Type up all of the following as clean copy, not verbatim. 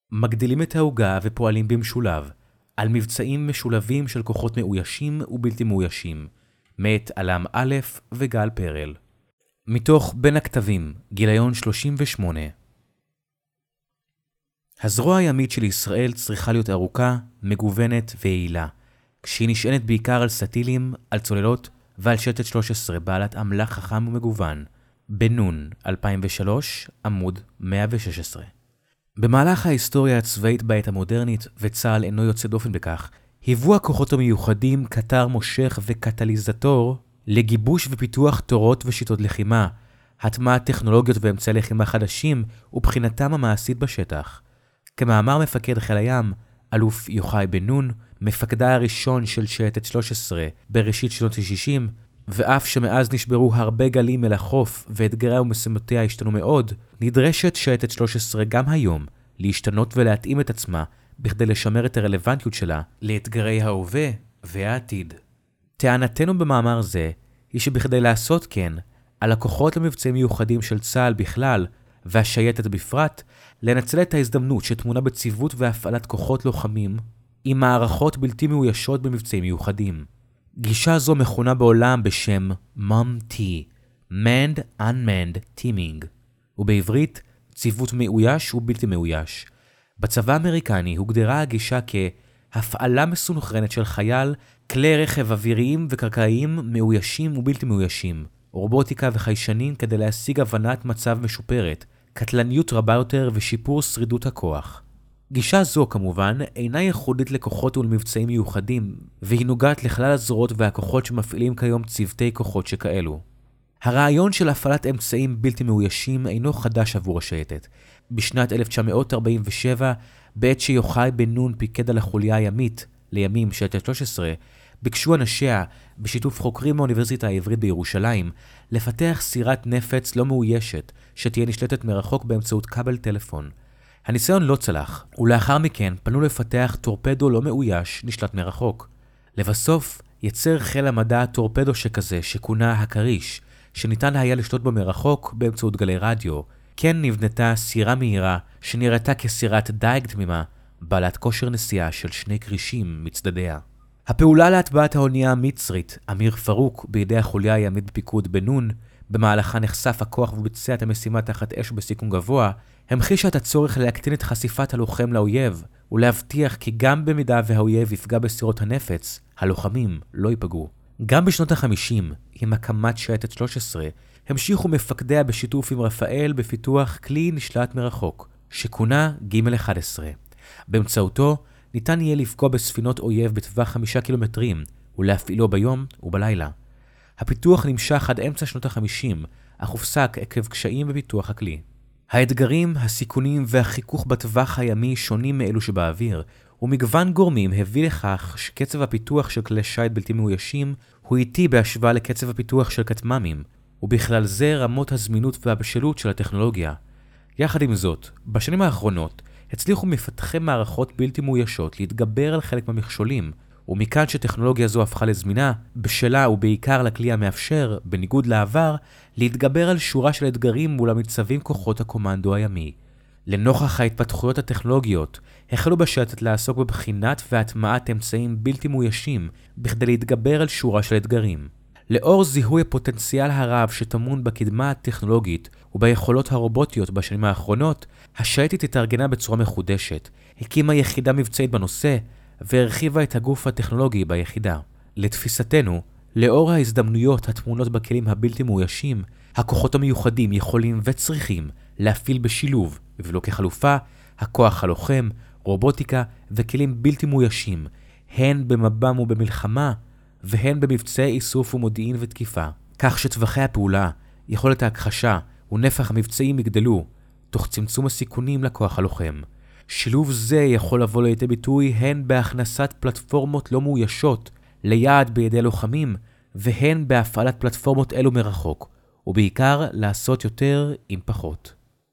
מגדילים את העוגה ופועלים במשולב, על מבצעים משולבים של כוחות מאוישים ובלתי מאוישים, מאת אלם א' וגל פרל. מתוך בין הכתבים, גיליון 38. הזרוע הימית של ישראל צריכה להיות ארוכה, מגוונת ויעילה, כשהיא נשענת בעיקר על סטילים, על צוללות ועל שייטת 13 בעלת אמל"ח חכם ומגוון, בנון 2003, עמוד 116. במהלך ההיסטוריה הצבאית בעת המודרנית, וצה"ל אינו יוצא דופן בכך, היוו הכוחות המיוחדים קטר מושך וקטליזטור לגיבוש ופיתוח תורות ושיטות לחימה, הטמעת טכנולוגיות ואמצעי לחימה חדשים ובחינתם המעשית בשטח. כמאמר מפקד חיל הים, אלוף יוחאי בן נון, מפקדה הראשון של שייטת 13 בראשית שנות ה-60, ואף שמאז נשברו הרבה גלים אל החוף ואתגריה ומשימותיה השתנו מאוד, נדרשת שייטת 13 גם היום להשתנות ולהתאים את עצמה בכדי לשמר את הרלוונטיות שלה לאתגרי ההווה והעתיד. טענתנו במאמר זה היא שבכדי לעשות כן, על הכוחות למבצעים מיוחדים של צה"ל בכלל והשייטת בפרט, לנצל את ההזדמנות שתמונה בציוות והפעלת כוחות לוחמים עם מערכות בלתי מאוישות במבצעים מיוחדים. גישה זו מכונה בעולם בשם MUM-T, Manned Unmanned Teaming, ובעברית ציוות מאויש ובלתי מאויש. בצבא האמריקני הוגדרה הגישה כהפעלה מסונכרנת של חייל, כלי רכב אוויריים וקרקעיים מאוישים ובלתי מאוישים, רובוטיקה וחיישנים כדי להשיג הבנת מצב משופרת, קטלניות רבה יותר ושיפור שרידות הכוח. גישה זו כמובן אינה ייחודית לכוחות ולמבצעים מיוחדים, והיא נוגעת לכלל הזרועות והכוחות שמפעילים כיום צוותי כוחות שכאלו. הרעיון של הפעלת אמצעים בלתי מאוישים אינו חדש עבור השייטת. בשנת 1947, בעת שיוחאי בן נון פיקד על החוליה הימית, לימים שייטת 13, ביקשו אנשיה, בשיתוף חוקרים מהאוניברסיטה העברית בירושלים, לפתח סירת נפץ לא מאוישת, שתהיה נשלטת מרחוק באמצעות כבל טלפון. הניסיון לא צלח, ולאחר מכן פנו לפתח טורפדו לא מאויש נשלט מרחוק. לבסוף, יצר חיל המדע טורפדו שכזה שכונה הקריש, שניתן היה לשלוט בו מרחוק באמצעות גלי רדיו. כן נבנתה סירה מהירה שנראתה כסירת דייג תמימה, בעלת כושר נסיעה של 2 קרישים מצדדיה. הפעולה להטבעת האונייה המצרית, אמיר פרוק, בידי החוליה הימית בפיקוד בן נון, במהלכה נחשף הכוח וביצע את המשימה תחת אש בסיכון גבוה, המחישה את הצורך להקטין את חשיפת הלוחם לאויב, ולהבטיח כי גם במידה והאויב יפגע בסירות הנפץ, הלוחמים לא ייפגעו. גם בשנות ה-50, עם הקמת שייטת 13, המשיכו מפקדיה בשיתוף עם רפאל בפיתוח כלי נשלט מרחוק, שכונה ג-11. באמצעותו ניתן יהיה לפגוע בספינות אויב בטווח 5 קילומטרים, ולהפעילו ביום ובלילה. הפיתוח נמשך עד אמצע שנות ה-50, אך הופסק עקב קשיים בפיתוח הכלי. האתגרים, הסיכונים והחיכוך בטווח הימי שונים מאלו שבאוויר, ומגוון גורמים הביא לכך שקצב הפיתוח של כלי שייט בלתי מאוישים הוא איטי בהשוואה לקצב הפיתוח של כטמ"מים, ובכלל זה רמות הזמינות והבשלות של הטכנולוגיה. יחד עם זאת, בשנים האחרונות הצליחו מפתחי מערכות בלתי מאוישות להתגבר על חלק מהמכשולים, ומכאן שטכנולוגיה זו הפכה לזמינה, בשלה ובעיקר לכלי המאפשר, בניגוד לעבר, להתגבר על שורה של אתגרים מול המצבים כוחות הקומנדו הימי. לנוכח ההתפתחויות הטכנולוגיות, החלו בשייטת לעסוק בבחינת והטמעת אמצעים בלתי מאוישים, בכדי להתגבר על שורה של אתגרים. לאור זיהוי הפוטנציאל הרב שטמון בקדמה הטכנולוגית וביכולות הרובוטיות בשנים האחרונות, השייטת התארגנה בצורה מחודשת, הקימה יחידה מבצעית בנושא, והרחיבה את הגוף הטכנולוגי ביחידה. לתפיסתנו, לאור ההזדמנויות הטמונות בכלים הבלתי מאוישים, הכוחות המיוחדים יכולים וצריכים להפעיל בשילוב, ולא כחלופה, הכוח הלוחם, רובוטיקה וכלים בלתי מאוישים, הן במב"ם ובמלחמה, והן במבצעי איסוף ומודיעין ותקיפה, כך שטווחי הפעולה, יכולת ההכחשה ונפח המבצעים יגדלו, תוך צמצום הסיכונים לכוח הלוחם. שילוב זה יכול לבוא לידי ביטוי הן בהכנסת פלטפורמות לא מאוישות ליעד בידי לוחמים, והן בהפעלת פלטפורמות אלו מרחוק, ובעיקר לעשות יותר עם פחות.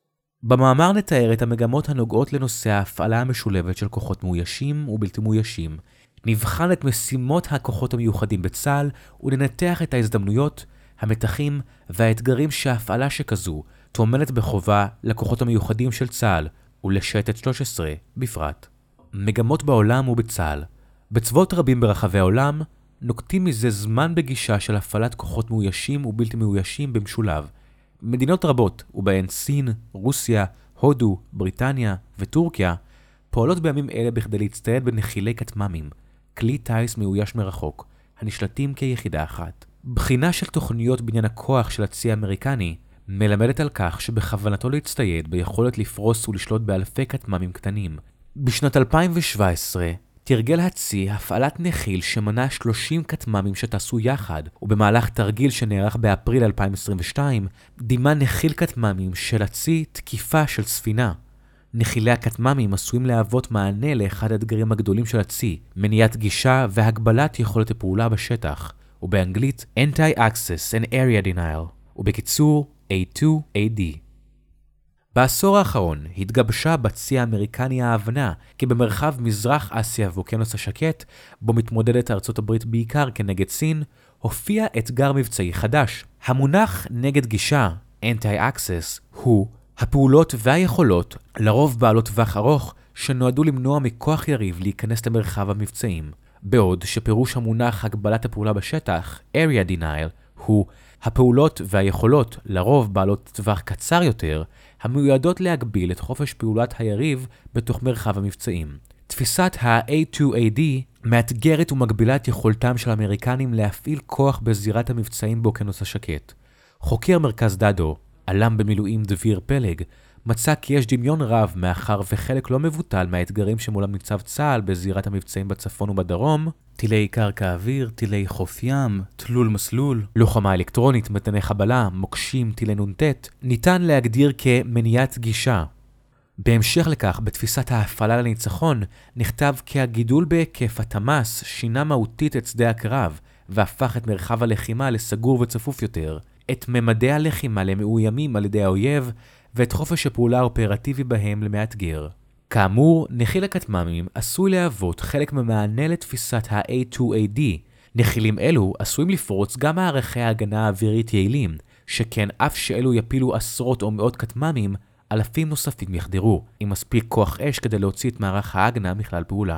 במאמר נתאר את המגמות הנוגעות לנושא ההפעלה המשולבת של כוחות מאוישים ובלתי מאוישים, נבחן את משימות הכוחות המיוחדים בצה"ל וננתח את ההזדמנויות, המתחים והאתגרים שההפעלה שכזו טומנת בחובה לכוחות המיוחדים של צה"ל ולשייטת 13 בפרט. מגמות בעולם ובצה"ל. בצבאות רבים ברחבי העולם נוקטים מזה זמן בגישה של הפעלת כוחות מאוישים ובלתי מאוישים במשולב. מדינות רבות, ובהן סין, רוסיה, הודו, בריטניה וטורקיה, פועלות בימים אלה בכדי להצטייד בנחילי כטמ"מים, כלי טייס מאויש מרחוק, הנשלטים כיחידה אחת. בחינה של תוכניות בניין הכוח של הצי האמריקני מלמדת על כך שבכוונתו להצטייד ביכולת לפרוס ולשלוט באלפי כטמ"מים קטנים. בשנת 2017 תרגל הצי הפעלת נחיל שמנה 30 כטמ"מים שטסו יחד, ובמהלך תרגיל שנערך באפריל 2022 דימה נחיל כטמ"מים של הצי תקיפה של ספינה. נחילי הכטמ"מים עשויים להוות מענה לאחד האתגרים הגדולים של הצי, מניעת גישה והגבלת יכולת הפעולה בשטח, ובאנגלית Anti-Access and Area Denial, ובקיצור A2AD. בעשור האחרון התגבשה בצי האמריקני ההבנה כי במרחב מזרח אסיה ואוקיינוס השקט, בו מתמודדת ארצות הברית בעיקר כנגד סין, הופיע אתגר מבצעי חדש. המונח נגד גישה, Anti-Access, הוא הפעולות והיכולות, לרוב בעלות טווח ארוך, שנועדו למנוע מכוח יריב להיכנס למרחב המבצעים. בעוד שפירוש המונח הגבלת הפעולה בשטח, Area Denial, הוא הפעולות והיכולות, לרוב בעלות טווח קצר יותר, המיועדות להגביל את חופש פעולת היריב בתוך מרחב המבצעים. תפיסת ה-A2AD מאתגרת ומגבילה את יכולתם של האמריקנים להפעיל כוח בזירת המבצעים באוקיינוס השקט. חוקר מרכז דדו, עלם במילואים דביר פלג, מצא כי יש דמיון רב מאחר וחלק לא מבוטל מהאתגרים שמולם ניצב צה"ל בזירת המבצעים בצפון ובדרום, טילי קרקע אוויר, טילי חוף ים, תלול מסלול, לוחמה אלקטרונית, מטעני חבלה, מוקשים, טילי נ"ט, ניתן להגדיר כמניעת גישה. בהמשך לכך, בתפיסת ההפעלה לניצחון, נכתב כי הגידול בהיקף התמ"ס שינה מהותית את שדה הקרב, והפך את מרחב הלחימה לסגור וצפוף יותר, את ממדי הלחימה למאוימים על ידי האויב, ואת חופש הפעולה האופרטיבי בהם למאתגר. כאמור, נחיל הכטמ"מים עשוי להוות חלק ממענה לתפיסת ה-A2AD. נחילים אלו עשויים לפרוץ גם מערכי ההגנה האווירית יעילים, שכן אף שאלו יפילו עשרות או מאות כטמ"מים, אלפים נוספים יחדרו, עם מספיק כוח אש כדי להוציא את מערך ההגנה מכלל פעולה.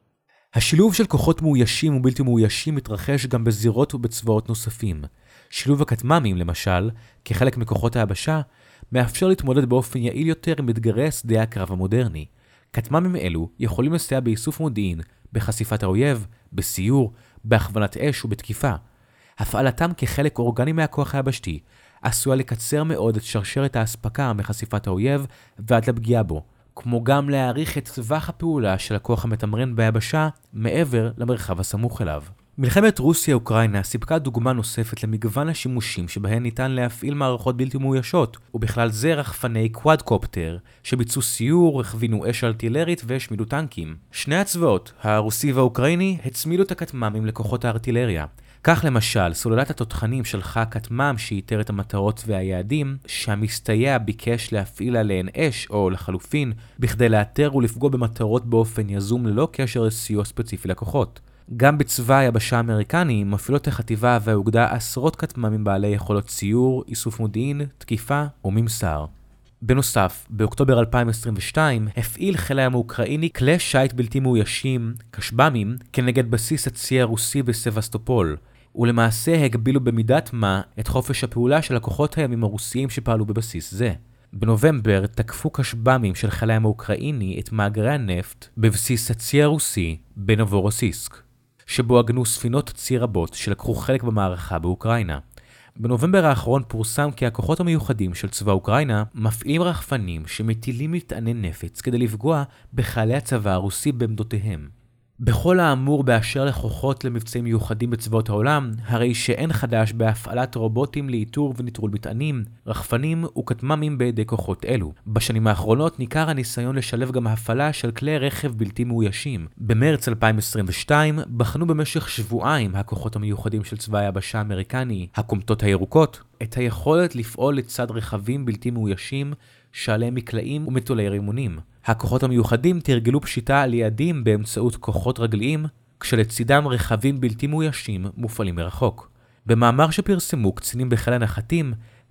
השילוב של כוחות מאוישים ובלתי מאוישים מתרחש גם בזירות ובצבאות נוספים. שילוב הכטמ"מים, למשל, כחלק מכוחות היבשה, מאפשר להתמודד באופן יעיל יותר עם אתגרי שדה הקרב המודרני. כטמ"מים אלו יכולים לסייע באיסוף מודיעין, בחשיפת האויב, בסיור, בהכוונת אש ובתקיפה. הפעלתם כחלק אורגני מהכוח היבשתי עשויה לקצר מאוד את שרשרת האספקה מחשיפת האויב ועד לפגיעה בו, כמו גם להאריך את טווח הפעולה של הכוח המתמרן ביבשה מעבר למרחב הסמוך אליו. מלחמת רוסיה-אוקראינה סיפקה דוגמה נוספת למגוון השימושים שבהן ניתן להפעיל מערכות בלתי מאוישות, ובכלל זה רחפני קוואדקופטר, שביצעו סיור, הכווינו אש ארטילרית והשמידו טנקים. שני הצבאות, הרוסי והאוקראיני, הצמידו את הכטמ"מים לכוחות הארטילריה. כך למשל, סוללת התותחנים שלחה כטמ"ם שאיתר את המטרות והיעדים, שהמסתייע ביקש להפעיל עליהן אש, או לחלופין, בכדי לאתר ולפגוע במטרות באופן יזום ללא קשר לסיוע ספציפי לכוחות. גם בצבא היבשה האמריקני מפעילות החטיבה והאוגדה עשרות כטמ"מים בעלי יכולות ציור, איסוף מודיעין, תקיפה וממסר. בנוסף, באוקטובר 2022 הפעיל חיל הים האוקראיני כלי שיט בלתי מאוישים, קשב"מים, כנגד בסיס הצי הרוסי בסבסטופול, ולמעשה הגבילו במידת מה את חופש הפעולה של הכוחות הימים הרוסיים שפעלו בבסיס זה. בנובמבר תקפו קשב"מים של חיל הים האוקראיני את מאגרי הנפט בבסיס הצי הרוסי בנובורוסיסק, שבו עגנו ספינות צי רבות שלקחו חלק במערכה באוקראינה. בנובמבר האחרון פורסם כי הכוחות המיוחדים של צבא אוקראינה מפעילים רחפנים שמטילים מטעני נפץ כדי לפגוע בחיילי הצבא הרוסי בעמדותיהם. בכל האמור באשר לכוחות למבצעים מיוחדים בצבאות העולם, הרי שאין חדש בהפעלת רובוטים לאיתור ונטרול מטענים, רחפנים וכטמ"מים בידי כוחות אלו. בשנים האחרונות ניכר הניסיון לשלב גם הפעלה של כלי רכב בלתי מאוישים. במרץ 2022 בחנו במשך שבועיים הכוחות המיוחדים של צבא היבשה האמריקני, הקומטות הירוקות, את היכולת לפעול לצד רכבים בלתי מאוישים שעליהם מקלעים ומטולי רימונים. הכוחות המיוחדים תרגלו פשיטה על יעדים באמצעות כוחות רגליים, כשלצידם רכבים בלתי מאוישים מופעלים מרחוק. במאמר שפרסמו קצינים בחיל הנחתים,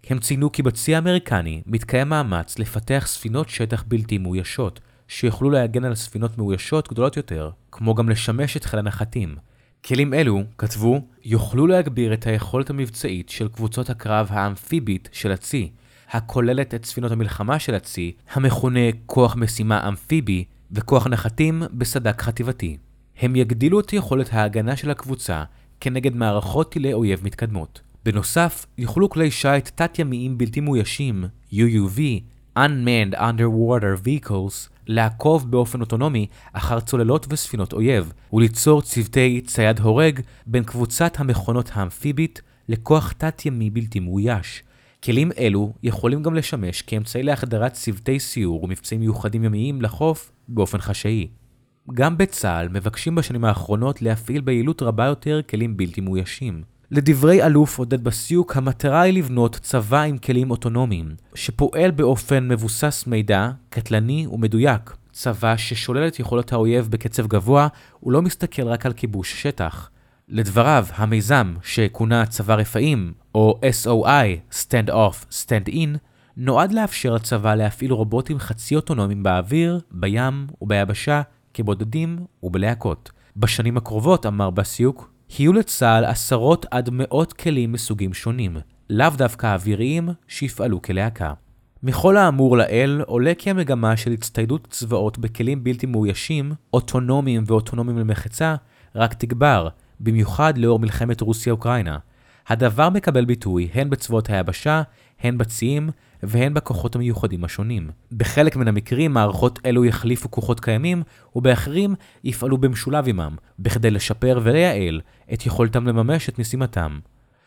הם ציינו כי בצי האמריקני מתקיים מאמץ לפתח ספינות שטח בלתי מאוישות, שיוכלו להגן על ספינות מאוישות גדולות יותר, כמו גם לשמש את חיל הנחתים. כלים אלו, כתבו, יוכלו להגביר את היכולת המבצעית של קבוצות הקרב האמפיבית של הצי, הכוללת את ספינות המלחמה של הצי, המכונה כוח משימה אמפיבי, וכוח נחתים בסדק חטיבתי. הם יגדילו את יכולת ההגנה של הקבוצה כנגד מערכות טילי אויב מתקדמות. בנוסף, יוכלו כלי שיט תת-ימיים בלתי מאוישים, UUV, Unmanned Underwater Vehicles, לעקוב באופן אוטונומי אחר צוללות וספינות אויב, וליצור צוותי צייד הורג בין קבוצת המכונות האמפיבית לכוח תת-ימי בלתי מאויש. כלים אלו יכולים גם לשמש כאמצעי להחדרת צוותי סיור ומבצעים מיוחדים ימיים לחוף באופן חשאי. גם בצה"ל מבקשים בשנים האחרונות להפעיל ביעילות רבה יותר כלים בלתי מאוישים. לדברי אלוף עודד בסיוק, המטרה היא לבנות צבא עם כלים אוטונומיים, שפועל באופן מבוסס מידע, קטלני ומדויק. צבא ששולל את יכולות האויב בקצב גבוה, ולא מסתכל רק על כיבוש שטח. לדבריו, המיזם שכונה צבא רפאים, או SOI, Stand Off, Stand In, נועד לאפשר לצבא להפעיל רובוטים חצי אוטונומיים באוויר, בים וביבשה, כבודדים ובלהקות. בשנים הקרובות, אמר בסיוק, יהיו לצה"ל עשרות עד מאות כלים מסוגים שונים, לאו דווקא אוויריים שיפעלו כלהקה. מכל האמור לאל עולה כי המגמה של הצטיידות צבאות בכלים בלתי מאוישים, אוטונומיים ואוטונומיים למחצה, רק תגבר, במיוחד לאור מלחמת רוסיה-אוקראינה. הדבר מקבל ביטוי הן בצבאות היבשה, הן בציים והן בכוחות המיוחדים השונים. בחלק מן המקרים מערכות אלו יחליפו כוחות קיימים, ובאחרים יפעלו במשולב עמם, בכדי לשפר ולייעל את יכולתם לממש את משימתם.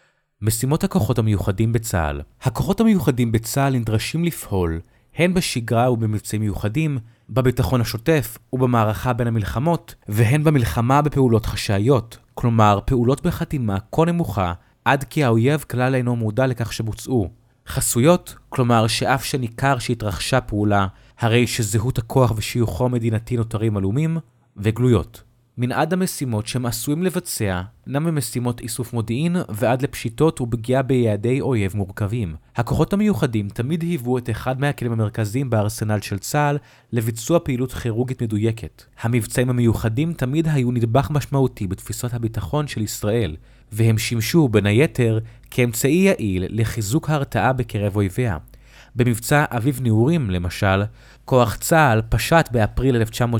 משימות הכוחות המיוחדים בצה"ל. הכוחות המיוחדים בצה"ל נדרשים לפעול, הן בשגרה ובמבצעים מיוחדים, בביטחון השוטף ובמערכה בין המלחמות, והן במלחמה בפעולות חשאיות, כלומר פעולות בחתימה כה נמוכה, עד כי האויב כלל אינו מודע לכך שבוצעו. חסויות, כלומר שאף שניכר שהתרחשה פעולה, הרי שזהות הכוח ושיוכו המדינתי נותרים עלומים, וגלויות. מנעד המשימות שהם עשויים לבצע, נע ממשימות איסוף מודיעין ועד לפשיטות ופגיעה ביעדי אויב מורכבים. הכוחות המיוחדים תמיד היוו את אחד מהכלים המרכזיים בארסנל של צה"ל לביצוע פעילות כירורגית מדויקת. המבצעים המיוחדים תמיד היו נדבך משמעותי בתפיסות הביטחון של ישראל, והם שימשו בין היתר כאמצעי יעיל לחיזוק ההרתעה בקרב אויביה. במבצע אביב נעורים, למשל, כוח צה"ל פשט באפריל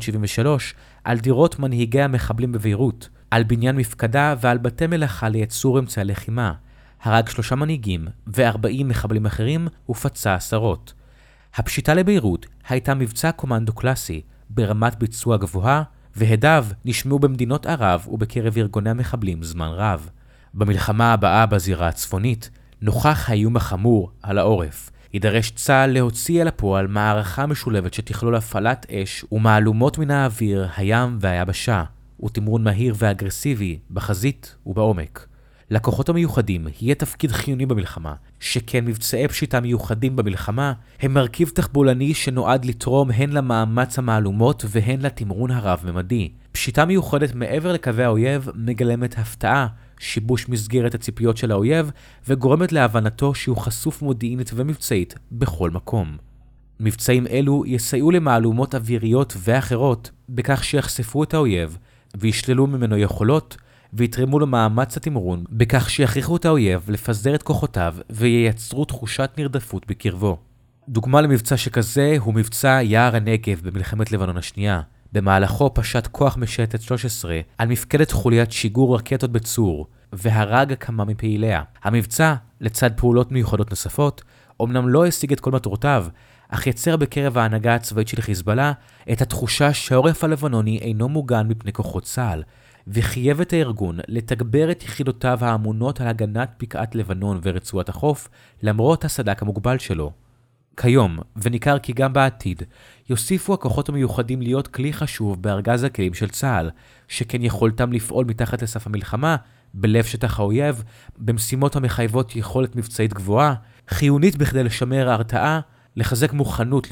1973 על דירות מנהיגי המחבלים בביירות, על בניין מפקדה ועל בתי מלאכה לייצור אמצעי לחימה. הרג 3 מנהיגים ו40 מחבלים אחרים ופצע עשרות. הפשיטה לביירות הייתה מבצע קומנדו קלאסי, ברמת ביצוע גבוהה, והדיו נשמעו במדינות ערב ובקרב ארגוני המחבלים זמן רב. במלחמה הבאה בזירה הצפונית, נוכח האיום החמור על העורף. יידרש צה"ל להוציא אל הפועל מערכה משולבת שתכלול הפעלת אש ומהלומות מן האוויר, הים והיבשה, ותמרון מהיר ואגרסיבי בחזית ובעומק. לכוחות המיוחדים יהיה תפקיד חיוני במלחמה, שכן מבצעי פשיטה מיוחדים במלחמה הם מרכיב תחבולני שנועד לתרום הן למאמץ המהלומות והן לתמרון הרב-ממדי. פשיטה מיוחדת מעבר לקווי האויב מגלמת הפתעה, שיבוש מסגרת הציפיות של האויב, וגורמת להבנתו שהוא חשוף מודיעינית ומבצעית בכל מקום. מבצעים אלו יסייעו למהלומות אוויריות ואחרות בכך שיחשפו את האויב וישללו ממנו יכולות, ויתרמו למאמץ התמרון בכך שיכריחו את האויב לפזר את כוחותיו וייצרו תחושת נרדפות בקרבו. דוגמה למבצע שכזה הוא מבצע יער הנגב במלחמת לבנון השנייה. במהלכו פשט כוח משייטת 13 על מפקדת חוליית שיגור רקטות בצור, והרג כמה מפעיליה. המבצע, לצד פעולות מיוחדות נוספות, אמנם לא השיג את כל מטרותיו, אך יצר בקרב ההנהגה הצבאית של חיזבאללה את התחושה שהעורף הלבנוני אינו מוגן מפני כוחות צה"ל, וחייב את הארגון לתגבר את יחידותיו האמונות על הגנת בקעת לבנון ורצועת החוף, למרות הסדק המוגבל שלו. כיום, וניכר כי גם בעתיד, יוסיפו הכוחות המיוחדים להיות כלי חשוב בארגז הכלים של צה"ל, שכן יכולתם לפעול מתחת לסף המלחמה, בלב שטח האויב, במשימות המחייבות יכולת מבצעית גבוהה, חיונית בכדי לשמר ההרתעה, לחזק מוכנות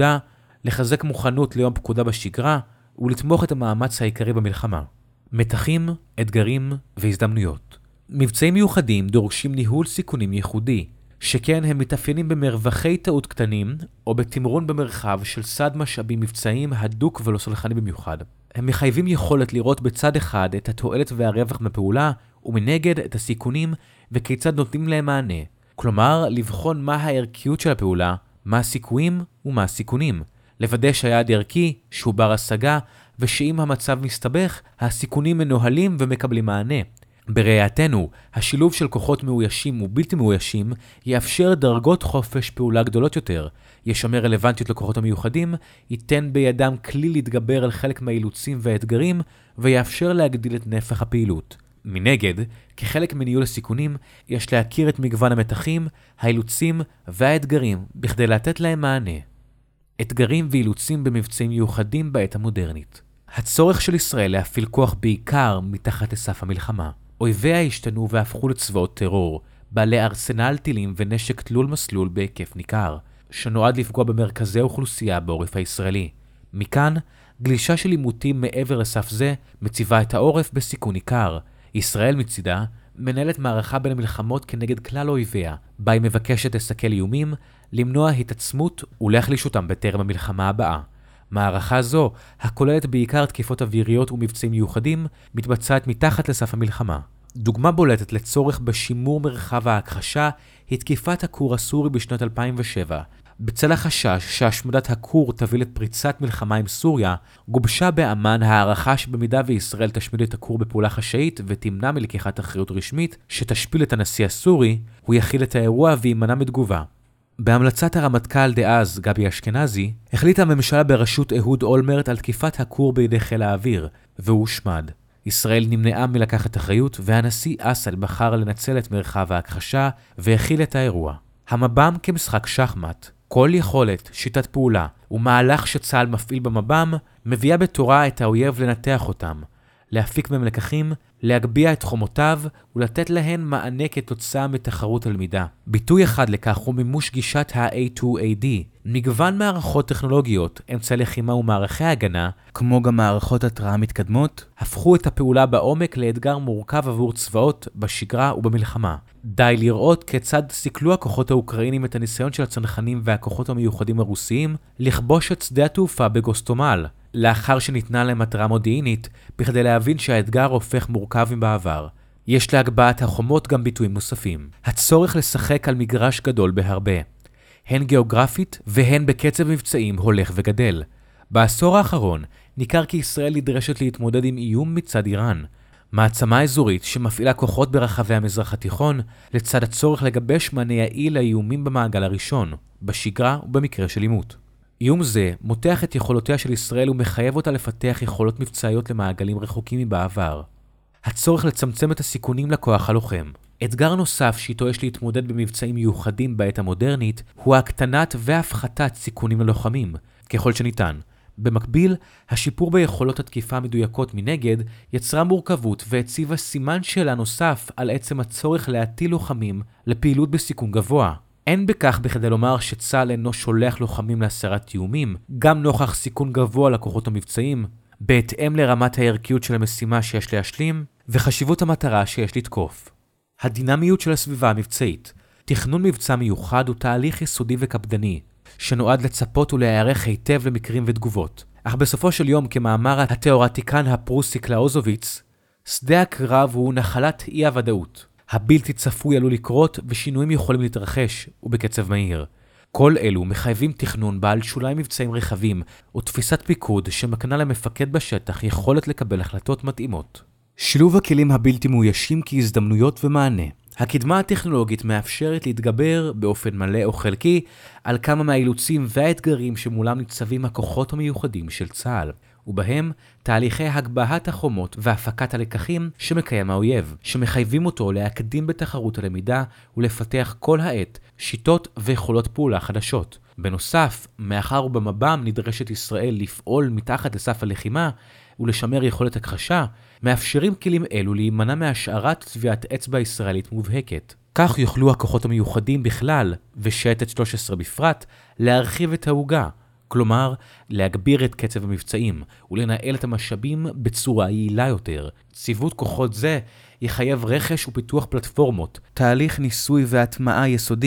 ליום פקודה בשגרה, ולתמוך את המאמץ העיקרי במלחמה. מתחים, אתגרים והזדמנויות. מבצעים מיוחדים דורשים ניהול סיכונים ייחודי, שכן הם מתאפיינים במרווחי טעות קטנים, או בתמרון במרחב של סד משאבים מבצעיים הדוק ולא סלחני במיוחד. הם מחייבים יכולת לראות בצד אחד את התועלת והרווח בפעולה, ומנגד את הסיכונים וכיצד נותנים להם מענה. כלומר, לבחון מה הערכיות של הפעולה, מה הסיכויים ומה הסיכונים. לוודא שהיעד ערכי, שהוא בר השגה, ושאם המצב מסתבך, הסיכונים מנוהלים ומקבלים מענה. בראייתנו, השילוב של כוחות מאוישים ובלתי מאוישים יאפשר דרגות חופש פעולה גדולות יותר, ישמר רלוונטיות לכוחות המיוחדים, ייתן בידם כלי להתגבר על חלק מהאילוצים והאתגרים, ויאפשר להגדיל את נפח הפעילות. מנגד, כחלק מניהול הסיכונים, יש להכיר את מגוון המתחים, האילוצים והאתגרים בכדי לתת להם מענה. אתגרים ואילוצים במבצעים מיוחדים בעת המודרנית. הצורך של ישראל להפעיל כוח בעיקר מתחת לסף המלחמה. אויביה השתנו והפכו לצבאות טרור, בעלי ארסנל טילים ונשק תלול מסלול בהיקף ניכר, שנועד לפגוע במרכזי האוכלוסייה בעורף הישראלי. מכאן, גלישה של עימותים מעבר לסף זה מציבה את העורף בסיכון ניכר. ישראל מצידה מנהלת מערכה בין המלחמות כנגד כלל אויביה, בה היא מבקשת לסכל איומים, למנוע התעצמות ולהחליש אותם בטרם המלחמה הבאה. מערכה זו, הכוללת בעיקר תקיפות אוויריות ומבצעים מיוחדים, מתבצעת מתחת לסף המלחמה. דוגמה בולטת לצורך בשימור מרחב ההכחשה היא תקיפת הכור הסורי בשנת 2007. בצל החשש שהשמדת הכור תביא לפריצת מלחמה עם סוריה, גובשה באמן הערכה שבמידה וישראל תשמיד את הכור בפעולה חשאית ותמנע מלקיחת אחריות רשמית שתשפיל את הנשיא הסורי, הוא יכיל את האירוע וימנע מתגובה. בהמלצת הרמטכ"ל דאז גבי אשכנזי, החליטה הממשלה בראשות אהוד אולמרט על תקיפת הכור בידי חיל האוויר, והוא הושמד. ישראל נמנעה מלקחת אחריות, והנשיא אסד בחר לנצל את מרחב ההכחשה והכיל את האירוע. המב"ם כמשחק שחמט. כל יכולת, שיטת פעולה ומהלך שצה"ל מפעיל במב"ם מביאה בתורה את האויב לנתח אותם, להפיק מהם לקחים, להגביה את חומותיו ולתת להן מענה כתוצאה מתחרות הלמידה. ביטוי אחד לכך הוא מימוש גישת ה-A2AD. מגוון מערכות טכנולוגיות, אמצעי לחימה ומערכי הגנה, כמו גם מערכות התראה מתקדמות, הפכו את הפעולה בעומק לאתגר מורכב עבור צבאות בשגרה ובמלחמה. די לראות כיצד סיכלו הכוחות האוקראינים את הניסיון של הצנחנים והכוחות המיוחדים הרוסיים לכבוש את שדה התעופה בגוסטומל, לאחר שניתנה להם מטרה מודיעינית, בכדי להבין שהאתגר הופך מורכב מבעבר. יש להגבהת החומות גם ביטויים נוספים. הצורך לשחק על מגרש גדול בהרבה. הן גיאוגרפית והן בקצב מבצעים הולך וגדל. בעשור האחרון ניכר כי ישראל נדרשת להתמודד עם איום מצד איראן, מעצמה אזורית שמפעילה כוחות ברחבי המזרח התיכון, לצד הצורך לגבש מענה יעיל לאיומים במעגל הראשון, בשגרה ובמקרה של עימות. איום זה מותח את יכולותיה של ישראל ומחייב אותה לפתח יכולות מבצעיות למעגלים רחוקים מבעבר. הצורך לצמצם את הסיכונים לכוח הלוחם. אתגר נוסף שאיתו יש להתמודד במבצעים מיוחדים בעת המודרנית הוא הקטנת והפחתת סיכונים ללוחמים, ככל שניתן. במקביל, השיפור ביכולות התקיפה המדויקות מנגד יצרה מורכבות והציבה סימן שאלה נוסף על עצם הצורך להטיל לוחמים לפעילות בסיכון גבוה. אין בכך בכדי לומר שצה"ל אינו שולח לוחמים להסרת איומים, גם נוכח סיכון גבוה לכוחות המבצעים, בהתאם לרמת הערכיות של המשימה שיש להשלים וחשיבות המטרה שיש לתקוף. הדינמיות של הסביבה המבצעית. תכנון מבצע מיוחד הוא תהליך יסודי וקפדני, שנועד לצפות ולהיערך היטב למקרים ותגובות. אך בסופו של יום, כמאמר התיאורטיקן הפרוסי קלאוזוביץ, שדה הקרב הוא נחלת אי הוודאות. הבלתי צפוי עלול לקרות ושינויים יכולים להתרחש, ובקצב מהיר. כל אלו מחייבים תכנון בעל שוליים מבצעים רחבים, ותפיסת פיקוד שמקנה למפקד בשטח יכולת לקבל החלטות מתאימות. שילוב הכלים הבלתי מאוישים כהזדמנויות ומענה. הקדמה הטכנולוגית מאפשרת להתגבר באופן מלא או חלקי על כמה מהאילוצים והאתגרים שמולם ניצבים הכוחות המיוחדים של צה"ל, ובהם תהליכי הגבהת החומות והפקת הלקחים שמקיים האויב, שמחייבים אותו להקדים בתחרות הלמידה ולפתח כל העת שיטות ויכולות פעולה חדשות. בנוסף, מאחר ובמב"ם נדרשת ישראל לפעול מתחת לסף הלחימה ולשמר יכולת הכחשה, מאפשרים כלים אלו להימנע מהשארת טביעת אצבע ישראלית מובהקת. כך יוכלו הכוחות המיוחדים בכלל, ושייטת 13 בפרט, להרחיב את העוגה, כלומר, להגביר את קצב המבצעים ולנהל את המשאבים בצורה יעילה יותר. ציוות כוחות זה יחייב רכש ופיתוח פלטפורמות, תהליך ניסוי והטמעה יסודי,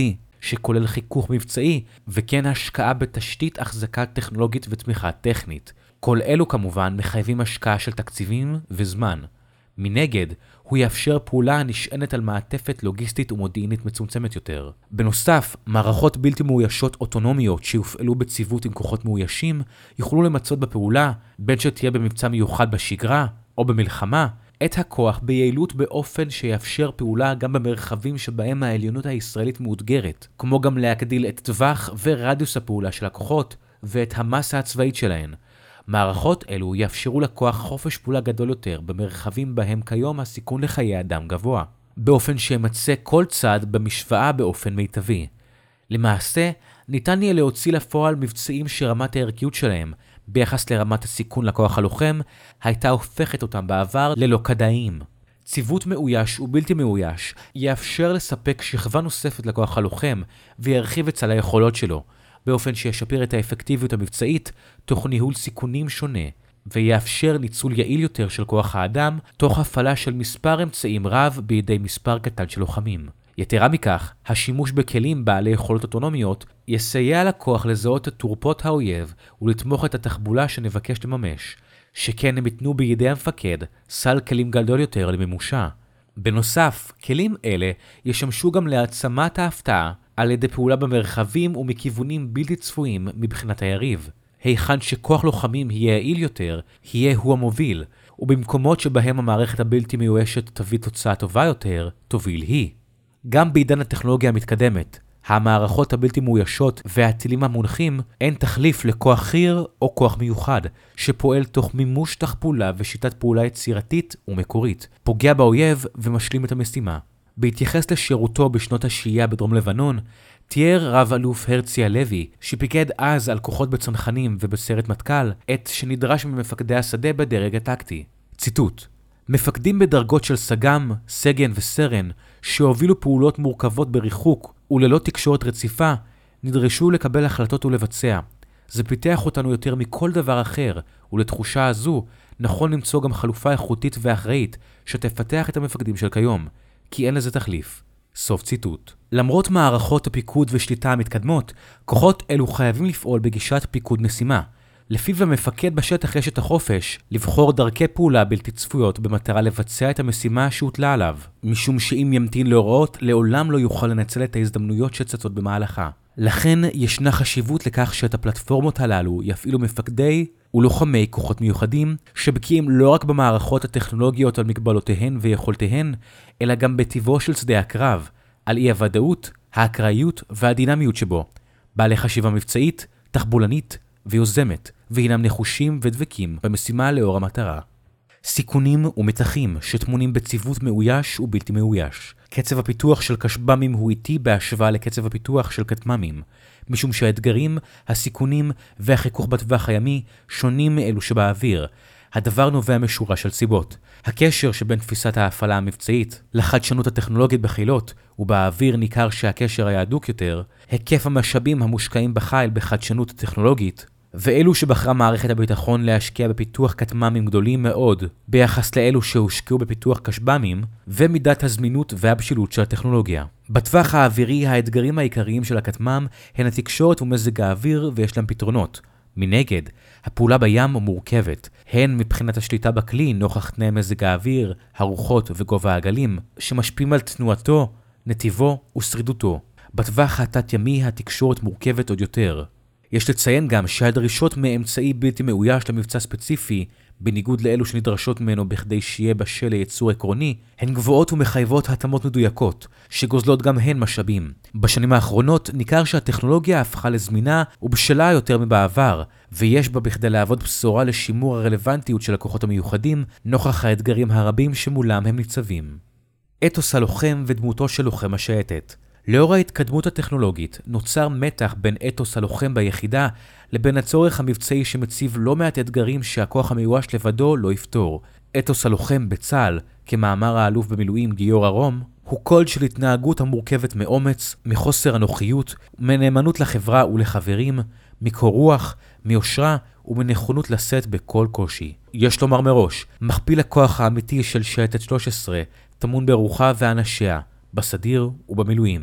שכולל חיכוך מבצעי, וכן השקעה בתשתית החזקה טכנולוגית ותמיכה טכנית. כל אלו כמובן מחייבים השקעה של תקציבים וזמן. מנגד, הוא יאפשר פעולה הנשענת על מעטפת לוגיסטית ומודיעינית מצומצמת יותר. בנוסף, מערכות בלתי מאוישות אוטונומיות שיופעלו בציוות עם כוחות מאוישים, יוכלו למצות בפעולה, בין שתהיה במבצע מיוחד בשגרה או במלחמה, את הכוח ביעילות באופן שיאפשר פעולה גם במרחבים שבהם העליונות הישראלית מאותגרת, כמו גם להגדיל את טווח ורדיוס הפעולה של הכוחות ואת המסה הצבאית שלהן. מערכות אלו יאפשרו לכוח חופש פעולה גדול יותר במרחבים בהם כיום הסיכון לחיי אדם גבוה, באופן שימצא כל צד במשוואה באופן מיטבי. למעשה, ניתן יהיה להוציא לפועל מבצעים שרמת הערכיות שלהם, ביחס לרמת הסיכון לכוח הלוחם, הייתה הופכת אותם בעבר ללא כדאיים. ציוות מאויש ובלתי מאויש יאפשר לספק שכבה נוספת לכוח הלוחם וירחיב את סל היכולות שלו, באופן שישפר את האפקטיביות המבצעית תוך ניהול סיכונים שונה, ויאפשר ניצול יעיל יותר של כוח האדם תוך הפעלה של מספר אמצעים רב בידי מספר קטן של לוחמים. יתרה מכך, השימוש בכלים בעלי יכולות אוטונומיות יסייע לכוח לזהות את תורפות האויב ולתמוך את התחבולה שנבקש לממש, שכן הם ייתנו בידי המפקד סל כלים גדול יותר למימושה. בנוסף, כלים אלה ישמשו גם להעצמת ההפתעה על ידי פעולה במרחבים ומכיוונים בלתי צפויים מבחינת היריב. היכן שכוח לוחמים יהיה יעיל יותר, יהיה הוא המוביל, ובמקומות שבהם המערכת הבלתי מיואשת תביא תוצאה טובה יותר, תוביל היא. גם בעידן הטכנולוגיה המתקדמת, המערכות הבלתי מאוישות והטילים המונחים אין תחליף לכוח חי"ר או כוח מיוחד, שפועל תוך מימוש תחפולה ושיטת פעולה יצירתית ומקורית, פוגע באויב ומשלים את המשימה. בהתייחס לשירותו בשנות השהייה בדרום לבנון, תיאר רב אלוף הרצי הלוי, שפיקד אז על כוחות בצנחנים ובסיירת מטכ"ל, את שנדרש ממפקדי השדה בדרג הטקטי. ציטוט: מפקדים בדרגות של סג"ם, סגן וסרן, שהובילו פעולות מורכבות בריחוק וללא תקשורת רציפה, נדרשו לקבל החלטות ולבצע. זה פיתח אותנו יותר מכל דבר אחר, ולתחושה הזו נכון למצוא גם חלופה איכותית ואחראית שתפתח את המפקדים של כיום, כי אין לזה תחליף. סוף ציטוט. למרות מערכות הפיקוד ושליטה המתקדמות, כוחות אלו חייבים לפעול בגישת פיקוד משימה. לפיו המפקד בשטח יש את החופש לבחור דרכי פעולה בלתי צפויות במטרה לבצע את המשימה שהוטלה עליו, משום שאם ימתין להוראות, לעולם לא יוכל לנצל את ההזדמנויות שצצות במהלכה. לכן ישנה חשיבות לכך שאת הפלטפורמות הללו יפעילו מפקדי ולוחמי כוחות מיוחדים שבקיאים לא רק במערכות הטכנולוגיות על מגבלותיהן ויכולתיהן, אלא גם בטיבו של שדה הקרב, על אי הוודאות, האקראיות והדינמיות שבו, בעלי חשיבה מבצעית, תחבולנית ויוזמת, והינם נחושים ודבקים במשימה לאור המטרה. סיכונים ומתחים שטמונים בציוות מאויש ובלתי מאויש. קצב הפיתוח של כשב"מים הוא איטי בהשוואה לקצב הפיתוח של כטמ"מים, משום שהאתגרים, הסיכונים והחיכוך בטווח הימי שונים מאלו שבאוויר. הדבר נובע משורה של סיבות. הקשר שבין תפיסת ההפעלה המבצעית לחדשנות הטכנולוגית בחילות, ובאוויר ניכר שהקשר היה הדוק יותר, היקף המשאבים המושקעים בחיל בחדשנות טכנולוגית, ואלו שבחרה מערכת הביטחון להשקיע בפיתוח כטמ"מים גדולים מאוד ביחס לאלו שהושקעו בפיתוח כשב"מים, ומידת הזמינות והבשילות של הטכנולוגיה. בטווח האווירי האתגרים העיקריים של הכטמ"ם הן התקשורת ומזג האוויר, ויש להם פתרונות. מנגד, הפעולה בים מורכבת, הן מבחינת השליטה בכלי נוכח תנאי מזג האוויר, הרוחות וגובה הגלים, שמשפיעים על תנועתו, נתיבו ושרידותו. בטווח התת-ימי התקשורת מורכבת עוד יותר. יש לציין גם שהדרישות מאמצעי בלתי מאויש למבצע ספציפי, בניגוד לאלו שנדרשות ממנו בכדי שיהיה בשל לייצור עקרוני, הן גבוהות ומחייבות התאמות מדויקות, שגוזלות גם הן משאבים. בשנים האחרונות ניכר שהטכנולוגיה הפכה לזמינה ובשלה יותר מבעבר, ויש בה בכדי להוות בשורה לשימור הרלוונטיות של הכוחות המיוחדים, נוכח האתגרים הרבים שמולם הם ניצבים. אתוס הלוחם ודמותו של לוחם השייטת. לאור ההתקדמות הטכנולוגית נוצר מתח בין אתוס הלוחם ביחידה לבין הצורך המבצעי שמציב לא מעט אתגרים שהכוח המיואש לבדו לא יפתור. אתוס הלוחם בצה"ל, כמאמר האלוף במילואים גיורא רום, הוא קוד של התנהגות המורכבת מאומץ, מחוסר אנוכיות, מנאמנות לחברה ולחברים, מקור רוח, מיושרה ומנכונות לשאת בכל קושי. יש לומר מראש, מכפיל הכוח האמיתי של שייטת 13 טמון ברוחה ואנשיה, בסדיר ובמילואים.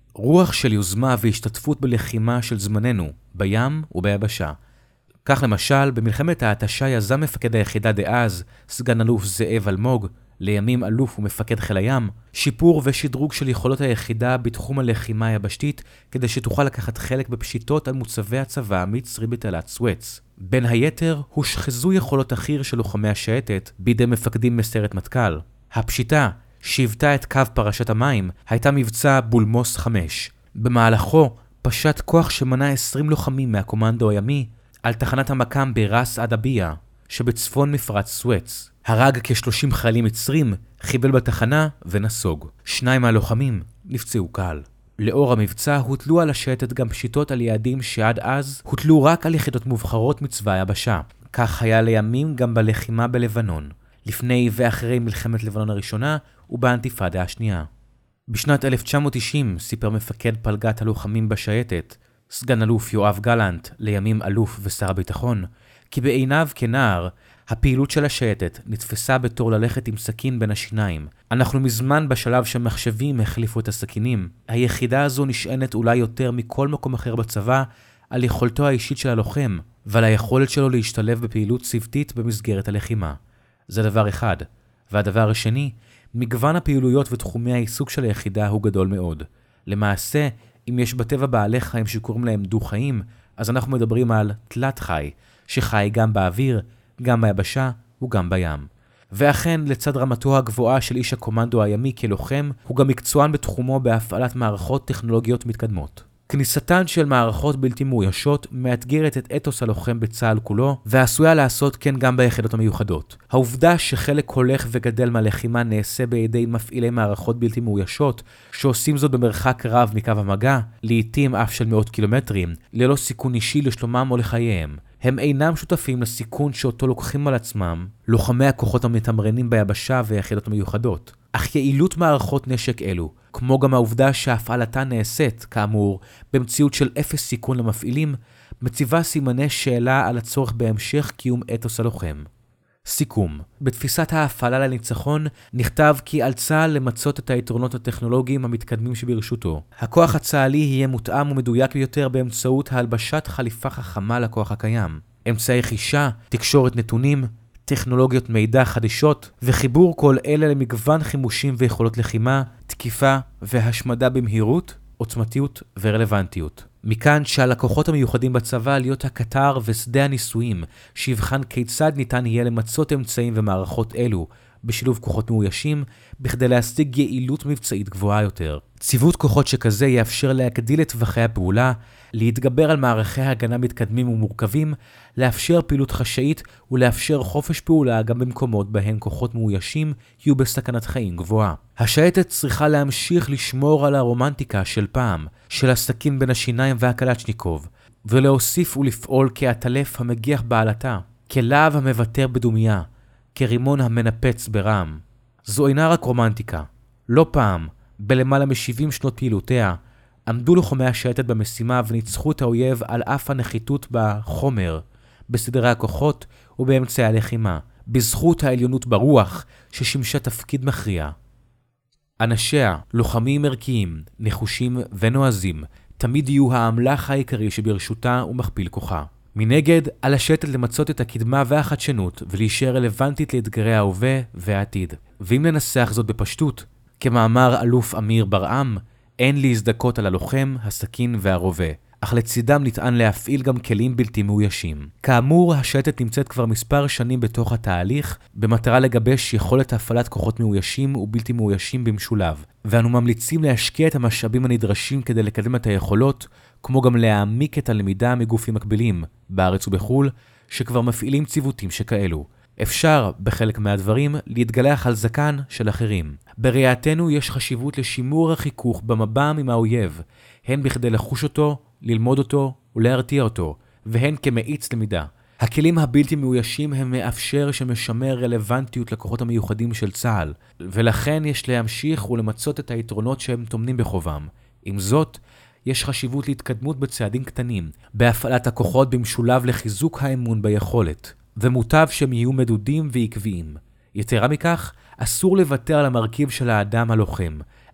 רוח של יוזמה והשתתפות בלחימה של זמננו, בים וביבשה. כך למשל, במלחמת ההתשה יזם מפקד היחידה דאז, סגן אלוף זאב אלמוג, לימים אלוף ומפקד חיל הים, שיפור ושדרוג של יכולות היחידה בתחום הלחימה היבשתית, כדי שתוכל לקחת חלק בפשיטות על מוצבי הצבא המצרי בתעלת סואץ. בין היתר, הושחזו יכולות החי"ר של לוחמי השייטת בידי מפקדים מסיירת מטכ"ל. הפשיטה, שהיוותה את קו פרשת המים, הייתה מבצע בולמוס 5. במהלכו פשט כוח שמנה 20 לוחמים מהקומנדו הימי על תחנת המקם ברס אדביה, שבצפון מפרץ סואץ. הרג כ-30 חיילים מצרים, חיבל בתחנה ונסוג. 2 מהלוחמים נפצעו קל. לאור המבצע הוטלו על השייטת גם פשיטות על יעדים שעד אז הוטלו רק על יחידות מובחרות מצבא היבשה. כך היה לימים גם בלחימה בלבנון, לפני ואחרי מלחמת לבנון הראשונה ובאינתיפאדה השנייה. בשנת 1990 סיפר מפקד פלגת הלוחמים בשייטת, סגן אלוף יואב גלנט, לימים אלוף ושר הביטחון, כי בעיניו כנער, הפעילות של השייטת נתפסה בתור ללכת עם סכין בין השיניים. אנחנו מזמן בשלב שמחשבים החליפו את הסכינים. היחידה הזו נשענת אולי יותר מכל מקום אחר בצבא על יכולתו האישית של הלוחם, ועל היכולת שלו להשתלב בפעילות צוותית במסגרת הלחימה. זה דבר אחד. והדבר השני, מגוון הפעילויות ותחומי העיסוק של היחידה הוא גדול מאוד. למעשה, אם יש בטבע בעלי חיים שקוראים להם דו-חיים, אז אנחנו מדברים על תלת חי, שחי גם באוויר, גם ביבשה וגם בים. ואכן, לצד רמתו הגבוהה של איש הקומנדו הימי כלוחם, הוא גם מקצוען בתחומו בהפעלת מערכות טכנולוגיות מתקדמות. כניסתן של מערכות בלתי מאוישות מאתגרת את אתוס הלוחם בצה"ל כולו, ועשויה לעשות כן גם ביחידות המיוחדות. העובדה שחלק הולך וגדל מהלחימה נעשה בידי מפעילי מערכות בלתי מאוישות, שעושים זאת במרחק רב מקו המגע, לעתים אף של מאות קילומטרים, ללא סיכון אישי לשלומם או לחייהם. הם אינם שותפים לסיכון שאותו לוקחים על עצמם לוחמי הכוחות המתמרנים ביבשה ויחידות המיוחדות. אך יעילות מערכות נשק אלו, כמו גם העובדה שהפעלתה נעשית, כאמור, במציאות של אפס סיכון למפעילים, מציבה סימני שאלה על הצורך בהמשך קיום אתוס הלוחם. סיכום. בתפיסת ההפעלה לניצחון נכתב כי על צה"ל למצות את היתרונות הטכנולוגיים המתקדמים שברשותו. הכוח הצה"לי יהיה מותאם ומדויק ביותר באמצעות הלבשת חליפה חכמה לכוח הקיים. אמצעי חישה, תקשורת נתונים, טכנולוגיות מידע חדישות וחיבור כל אלה למגוון חימושים ויכולות לחימה, תקיפה והשמדה במהירות, עוצמתיות ורלוונטיות. מכאן שעל הכוחות המיוחדים בצבא להיות הקטר ושדה הניסויים שיבחן כיצד ניתן יהיה למצות אמצעים ומערכות אלו בשילוב כוחות מאוישים בכדי להשיג יעילות מבצעית גבוהה יותר. ציוות כוחות שכזה יאפשר להגדיל את טווחי הפעולה, להתגבר על מערכי הגנה מתקדמים ומורכבים, לאפשר פעילות חשאית ולאפשר חופש פעולה גם במקומות בהן כוחות מאוישים יהיו בסכנת חיים גבוהה. השייטת צריכה להמשיך לשמור על הרומנטיקה של פעם, של הסכין בין השיניים והקלצ'ניקוב, ולהוסיף ולפעול כעטלף המגיח בעלתה, כלהב המוותר בדומיה, כרימון המנפץ ברם. זו אינה רק רומנטיקה. לא פעם, בלמעלה מ-70 שנות פעילותיה, עמדו לוחמי השייטת במשימה וניצחו את האויב על אף הנחיתות בחומר, בסדרי הכוחות ובאמצעי הלחימה, בזכות העליונות ברוח ששימשה תפקיד מכריע. אנשיה, לוחמים ערכיים, נחושים ונועזים, תמיד יהיו האמל"ח העיקרי שברשותה ומכפיל כוחה. מנגד, על השייטת למצות את הקדמה והחדשנות ולהישאר רלוונטית לאתגרי ההווה והעתיד. ואם ננסח זאת בפשטות, כמאמר אלוף אמיר ברעם, אין להזדכות על הלוחם, הסכין והרובה, אך לצידם ניתן להפעיל גם כלים בלתי מאוישים. כאמור, השייטת נמצאת כבר מספר שנים בתוך התהליך, במטרה לגבש יכולת הפעלת כוחות מאוישים ובלתי מאוישים במשולב, ואנו ממליצים להשקיע את המשאבים הנדרשים כדי לקדם את היכולות, כמו גם להעמיק את הלמידה מגופים מקבילים, בארץ ובחול, שכבר מפעילים ציוותים שכאלו. אפשר, בחלק מהדברים, להתגלח על זקן של אחרים. בראייתנו יש חשיבות לשימור החיכוך במב"ם עם האויב, הן בכדי לחוש אותו, ללמוד אותו ולהרתיע אותו, והן כמאיץ למידה. הכלים הבלתי מאוישים הם מאפשר שמשמר רלוונטיות לכוחות המיוחדים של צה"ל, ולכן יש להמשיך ולמצות את היתרונות שהם טומנים בחובם. עם זאת, יש חשיבות להתקדמות בצעדים קטנים, בהפעלת הכוחות במשולב לחיזוק האמון ביכולת, ומוטב שהם יהיו מדודים ועקביים. יתרה מכך, אסור לוותר על המרכיב של האדם הלוחם,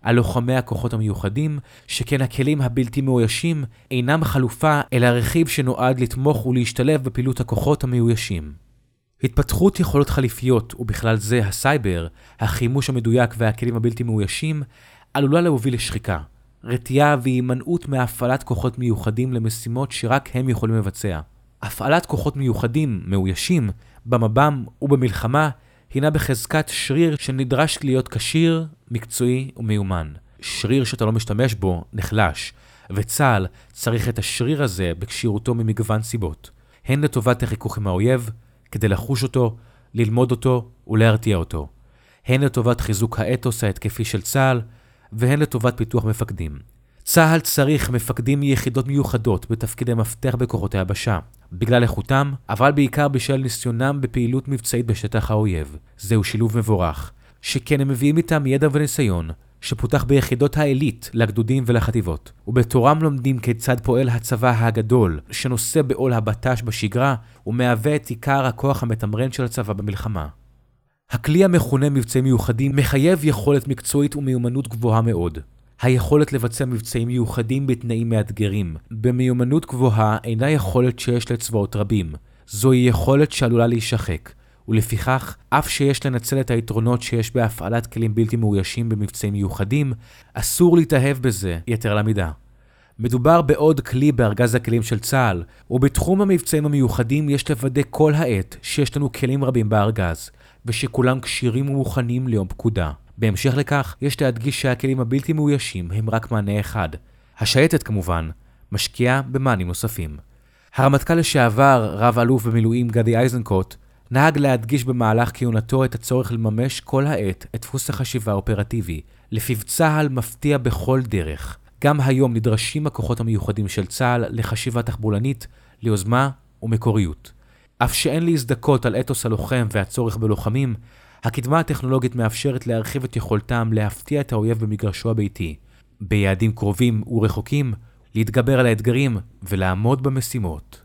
על לוחמי הכוחות המיוחדים, שכן הכלים הבלתי מאוישים אינם חלופה, אלא רכיב שנועד לתמוך ולהשתלב בפעילות הכוחות המאוישים. התפתחות יכולות חליפיות, ובכלל זה הסייבר, החימוש המדויק והכלים הבלתי מאוישים, עלולה להוביל לשחיקה, רתיעה והימנעות מהפעלת כוחות מיוחדים למשימות שרק הם יכולים לבצע. הפעלת כוחות מיוחדים מאוישים במב"ם ובמלחמה הינה בחזקת שריר שנדרש להיות כשיר, מקצועי ומיומן. שריר שאתה לא משתמש בו נחלש, וצה"ל צריך את השריר הזה בכשירותו ממגוון סיבות. הן לטובת החיכוך עם האויב, כדי לחוש אותו, ללמוד אותו ולהרתיע אותו. הן לטובת חיזוק האתוס ההתקפי של צה"ל, והן לטובת פיתוח מפקדים. צה"ל צריך מפקדים מיחידות מיוחדות בתפקידי מפתח בכוחות היבשה, בגלל איכותם, אבל בעיקר בשל ניסיונם בפעילות מבצעית בשטח האויב. זהו שילוב מבורך, שכן הם מביאים איתם ידע וניסיון, שפותח ביחידות העילית לגדודים ולחטיבות, ובתורם לומדים כיצד פועל הצבא הגדול, שנושא בעול הבט"ש בשגרה, ומהווה את עיקר הכוח המתמרן של הצבא במלחמה. הכלי המכונה מבצעים מיוחדים מחייב יכולת מקצועית ומיומנות גבוהה מאוד. היכולת לבצע מבצעים מיוחדים בתנאים מאתגרים, במיומנות גבוהה אינה יכולת שיש לצבאות רבים. זוהי יכולת שעלולה להישחק, ולפיכך, אף שיש לנצל את היתרונות שיש בהפעלת כלים בלתי מאוישים במבצעים מיוחדים, אסור להתאהב בזה יתר על המידה. מדובר בעוד כלי בארגז הכלים של צה"ל, ובתחום המבצעים המיוחדים יש לוודא כל העת שיש לנו כלים רבים בארגז, ושכולם כשירים ומוכנים ליום פקודה. בהמשך לכך, יש להדגיש שהכלים הבלתי מאוישים הם רק מענה אחד. השייטת כמובן, משקיעה במענים נוספים. הרמטכ"ל לשעבר, רב אלוף במילואים גדי איזנקוט, נהג להדגיש במהלך כהונתו את הצורך לממש כל העת את דפוס החשיבה האופרטיבי, לפיו צה"ל מפתיע בכל דרך. גם היום נדרשים הכוחות המיוחדים של צה"ל לחשיבה תחבולנית, ליוזמה ומקוריות. אף שאין להזדכות על אתוס הלוחם והצורך בלוחמים, הקדמה הטכנולוגית מאפשרת להרחיב את יכולתם להפתיע את האויב במגרשו הביתי, ביעדים קרובים ורחוקים, להתגבר על האתגרים ולעמוד במשימות.